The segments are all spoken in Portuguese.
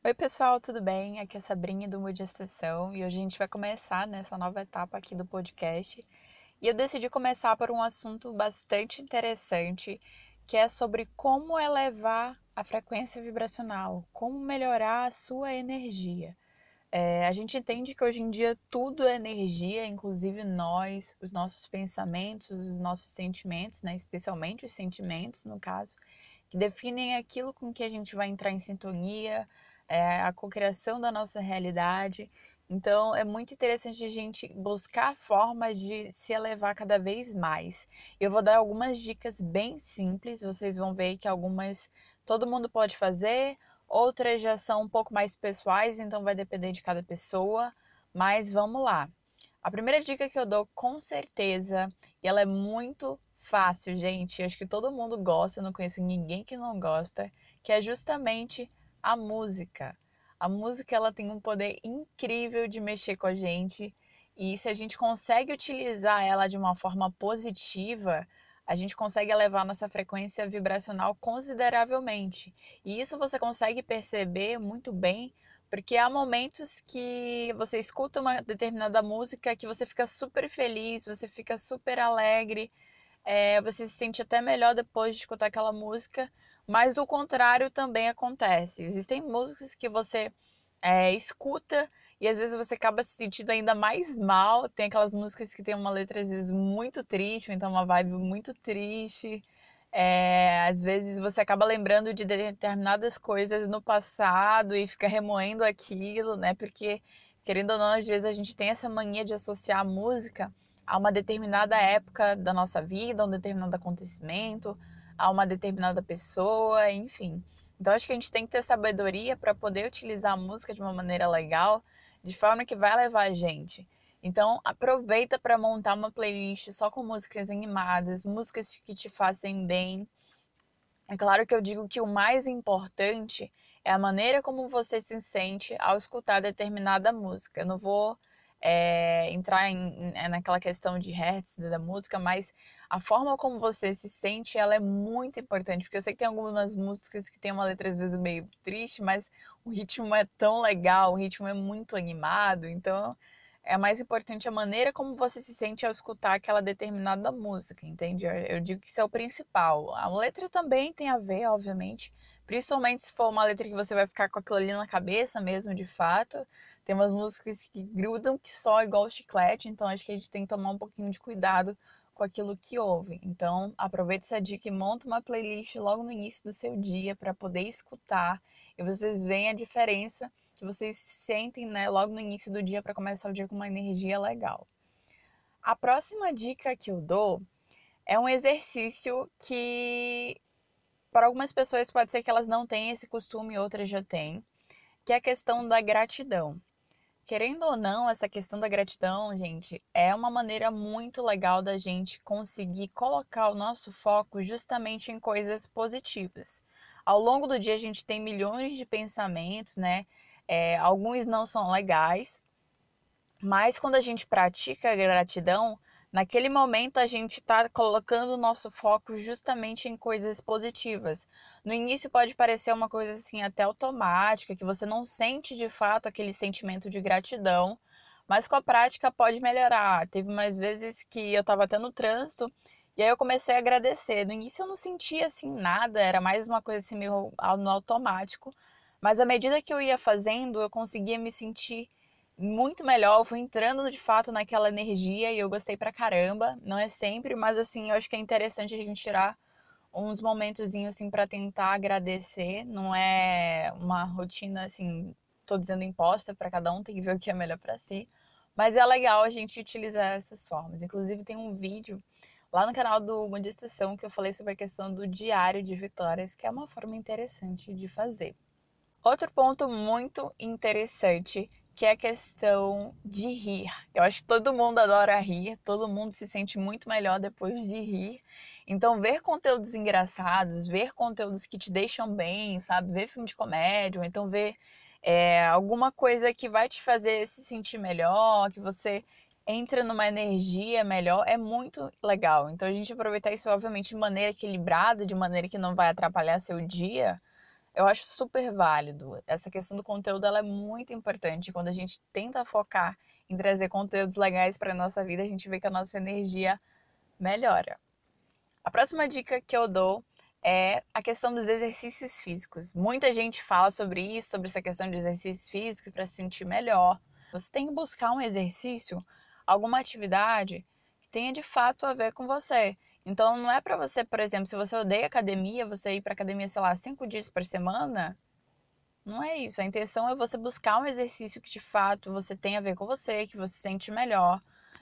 Oi pessoal, tudo bem? Aqui é a Sabrinha do Mude Estação e hoje a gente vai começar nessa nova etapa aqui do podcast. E eu decidi começar por um assunto bastante interessante, que é sobre como elevar a frequência vibracional, como melhorar a sua energia. A gente entende que hoje em dia tudo é energia, inclusive nós, os nossos pensamentos, os nossos sentimentos, né? Especialmente os sentimentos, no caso, que definem aquilo com que a gente vai entrar em sintonia, a cocriação da nossa realidade. Então, é muito interessante a gente buscar formas de se elevar cada vez mais. Eu vou dar algumas dicas bem simples, vocês vão ver que algumas todo mundo pode fazer, outras já são um pouco mais pessoais, então vai depender de cada pessoa. Mas vamos lá. A primeira dica que eu dou, com certeza, e ela é muito fácil, gente. Eu acho que todo mundo gosta, eu não conheço ninguém que não gosta, que é justamente a música. A música ela tem um poder incrível de mexer com a gente, e se a gente consegue utilizar ela de uma forma positiva, a gente consegue elevar nossa frequência vibracional consideravelmente. E isso você consegue perceber muito bem porque há momentos que você escuta uma determinada música que você fica super feliz, você fica super alegre, você se sente até melhor depois de escutar aquela música, mas o contrário também acontece. Existem músicas que você escuta e às vezes você acaba se sentindo ainda mais mal. Tem aquelas músicas que tem uma letra às vezes muito triste, ou então uma vibe muito triste. Às vezes você acaba lembrando de determinadas coisas no passado e fica remoendo aquilo, né? Porque, querendo ou não, às vezes a gente tem essa mania de associar a música a uma determinada época da nossa vida, a um determinado acontecimento, a uma determinada pessoa, enfim. Então acho que a gente tem que ter sabedoria para poder utilizar a música de uma maneira legal, de forma que vai levar a gente. Então aproveita para montar uma playlist só com músicas animadas, músicas que te fazem bem. É claro que eu digo que o mais importante é a maneira como você se sente ao escutar determinada música. Eu não vou entrar naquela questão de hertz da música, mas a forma como você se sente, ela é muito importante, porque eu sei que tem algumas músicas que tem uma letra às vezes meio triste, mas o ritmo é tão legal, o ritmo é muito animado, então é mais importante a maneira como você se sente ao escutar aquela determinada música, entende? Eu digo que isso é o principal. A letra também tem a ver, obviamente, principalmente se for uma letra que você vai ficar com aquilo ali na cabeça mesmo, de fato. Tem umas músicas que grudam que só, igual chiclete, então acho que a gente tem que tomar um pouquinho de cuidado com aquilo que ouve. Então, aproveita essa dica e monta uma playlist logo no início do seu dia para poder escutar e vocês veem a diferença que vocês sentem, né, logo no início do dia para começar o dia com uma energia legal. A próxima dica que eu dou é um exercício que para algumas pessoas pode ser que elas não tenham esse costume, outras já têm, que é a questão da gratidão. Querendo ou não, essa questão da gratidão, gente, é uma maneira muito legal da gente conseguir colocar o nosso foco justamente em coisas positivas. Ao longo do dia a gente tem milhões de pensamentos, né? Alguns não são legais, mas quando a gente pratica a gratidão, naquele momento a gente está colocando o nosso foco justamente em coisas positivas. No início pode parecer uma coisa assim até automática, que você não sente de fato aquele sentimento de gratidão, mas com a prática pode melhorar. Teve mais vezes que eu estava até no trânsito e aí eu comecei a agradecer. No início eu não sentia assim nada, era mais uma coisa assim meio no automático, mas à medida que eu ia fazendo, eu conseguia me sentir muito melhor, eu fui entrando de fato naquela energia e eu gostei pra caramba. Não é sempre, mas assim, eu acho que é interessante a gente tirar uns momentozinhos assim para tentar agradecer. Não é uma rotina assim, tô dizendo imposta para cada um, tem que ver o que é melhor para si. Mas é legal a gente utilizar essas formas. Inclusive tem um vídeo lá no canal do Mundo Estação que eu falei sobre a questão do diário de vitórias, que é uma forma interessante de fazer. Outro ponto muito interessante, que é a questão de rir. Eu acho que todo mundo adora rir, todo mundo se sente muito melhor depois de rir. Então, ver conteúdos engraçados, ver conteúdos que te deixam bem, sabe? Ver filme de comédia, ou então ver alguma coisa que vai te fazer se sentir melhor, que você entra numa energia melhor, é muito legal. Então, a gente aproveitar isso, obviamente, de maneira equilibrada, de maneira que não vai atrapalhar seu dia, Eu acho super válido. Essa questão do conteúdo, ela é muito importante. Quando a gente tenta focar em trazer conteúdos legais para nossa vida, a gente vê que a nossa energia melhora. A próxima dica que eu dou é a questão dos exercícios físicos. Muita gente fala sobre isso, sobre essa questão de exercício físico para se sentir melhor. Você tem que buscar um exercício, alguma atividade que tenha de fato a ver com você. Então não é para você, por exemplo, se você odeia academia, você ir para academia, sei lá, 5 dias por semana. Não é isso. A intenção é você buscar um exercício que de fato você tem a ver com você, que você se sente melhor.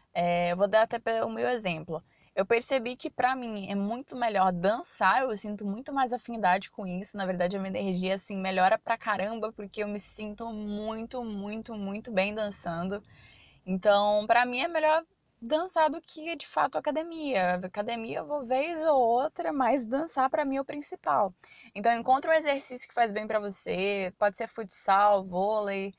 Eu vou dar até o meu exemplo. Eu percebi que pra mim é muito melhor dançar, eu sinto muito mais afinidade com isso. Na verdade, a minha energia assim melhora pra caramba porque eu me sinto muito, muito, muito bem dançando. Então, pra mim é melhor dançar do que de fato academia. Academia eu vou vez ou outra, mas dançar pra mim é o principal. Então, encontre um exercício que faz bem pra você. Pode ser futsal, vôlei,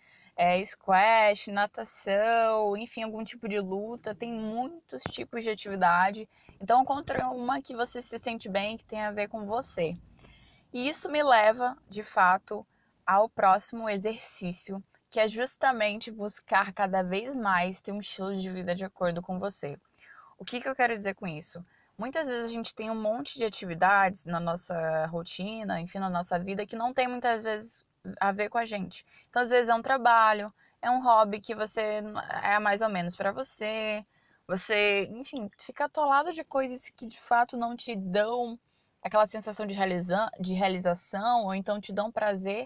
squash, natação, enfim, algum tipo de luta. Tem muitos tipos de atividade. Então, encontre uma que você se sente bem, que tem a ver com você. E isso me leva, de fato, ao próximo exercício, que é justamente buscar cada vez mais ter um estilo de vida de acordo com você. O que eu quero dizer com isso? Muitas vezes a gente tem um monte de atividades na nossa rotina, enfim, na nossa vida, que não tem muitas vezes a ver com a gente. Então, às vezes é um trabalho, é um hobby que você é mais ou menos para você. Você, enfim, fica atolado de coisas que de fato não te dão aquela sensação de realização ou então te dão prazer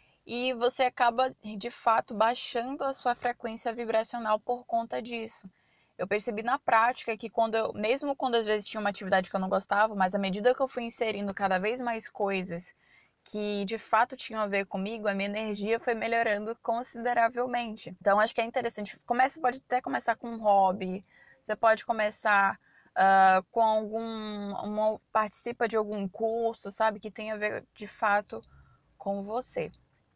e você acaba de fato baixando a sua frequência vibracional por conta disso. Eu percebi na prática que mesmo quando às vezes tinha uma atividade que eu não gostava, mas à medida que eu fui inserindo cada vez mais coisas que de fato tinham a ver comigo, a minha energia foi melhorando consideravelmente. Então acho que é interessante. Pode até começar com um hobby, você pode começar com participa de algum curso, sabe, que tenha a ver de fato com você.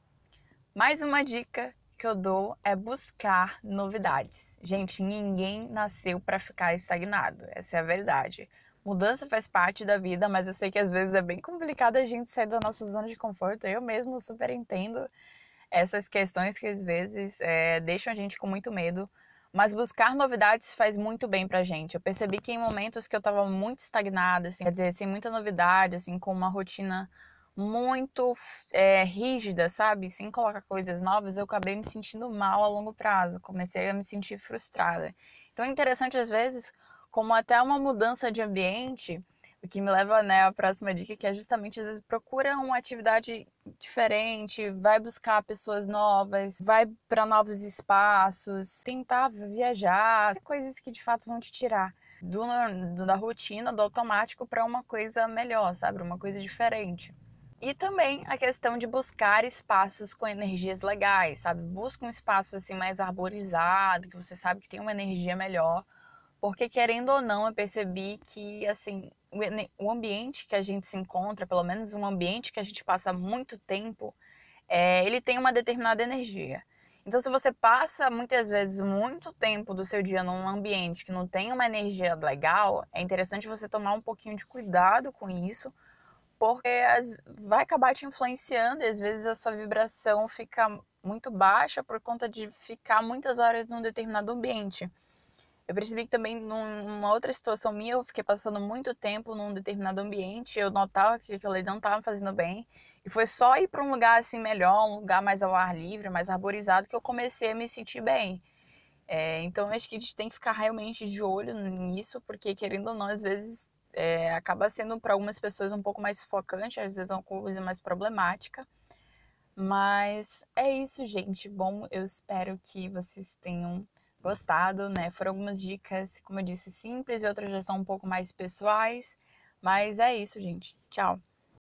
Mais uma dica que eu dou é buscar novidades. Gente, ninguém nasceu para ficar estagnado, essa é a verdade. Mudança faz parte da vida, mas eu sei que às vezes é bem complicado a gente sair da nossa zona de conforto. Eu mesmo super entendo essas questões que às vezes deixam a gente com muito medo. Mas buscar novidades faz muito bem pra gente. Eu percebi que em momentos que eu tava muito estagnada, assim, quer dizer, sem muita novidade, assim, com uma rotina muito rígida, sabe? Sem colocar coisas novas, eu acabei me sentindo mal a longo prazo. Comecei a me sentir frustrada. Então é interessante, às vezes, como até uma mudança de ambiente, o que me leva, né, à próxima dica, que é justamente, às vezes, procura uma atividade diferente, vai buscar pessoas novas, vai para novos espaços, tentar viajar, coisas que de fato vão te tirar da rotina, do automático para uma coisa melhor, sabe? Uma coisa diferente. E também a questão de buscar espaços com energias legais, sabe? Busca um espaço assim mais arborizado, que você sabe que tem uma energia melhor, porque querendo ou não, eu percebi que assim, o ambiente que a gente se encontra, pelo menos um ambiente que a gente passa muito tempo, ele tem uma determinada energia. Então, se você passa muitas vezes muito tempo do seu dia num ambiente que não tem uma energia legal, é interessante você tomar um pouquinho de cuidado com isso, porque vai acabar te influenciando e às vezes a sua vibração fica muito baixa por conta de ficar muitas horas num determinado ambiente. Eu percebi que também numa outra situação minha, eu fiquei passando muito tempo num determinado ambiente, eu notava que aquilo ali não estava me fazendo bem, e foi só ir para um lugar assim melhor, um lugar mais ao ar livre, mais arborizado, que eu comecei a me sentir bem. Então acho que a gente tem que ficar realmente de olho nisso, porque querendo ou não, às vezes acaba sendo para algumas pessoas um pouco mais sufocante, às vezes é uma coisa mais problemática. Mas é isso, gente. Bom, eu espero que vocês tenham gostado, né? Foram algumas dicas, como eu disse, simples e outras já são um pouco mais pessoais. Mas é isso, gente. Tchau.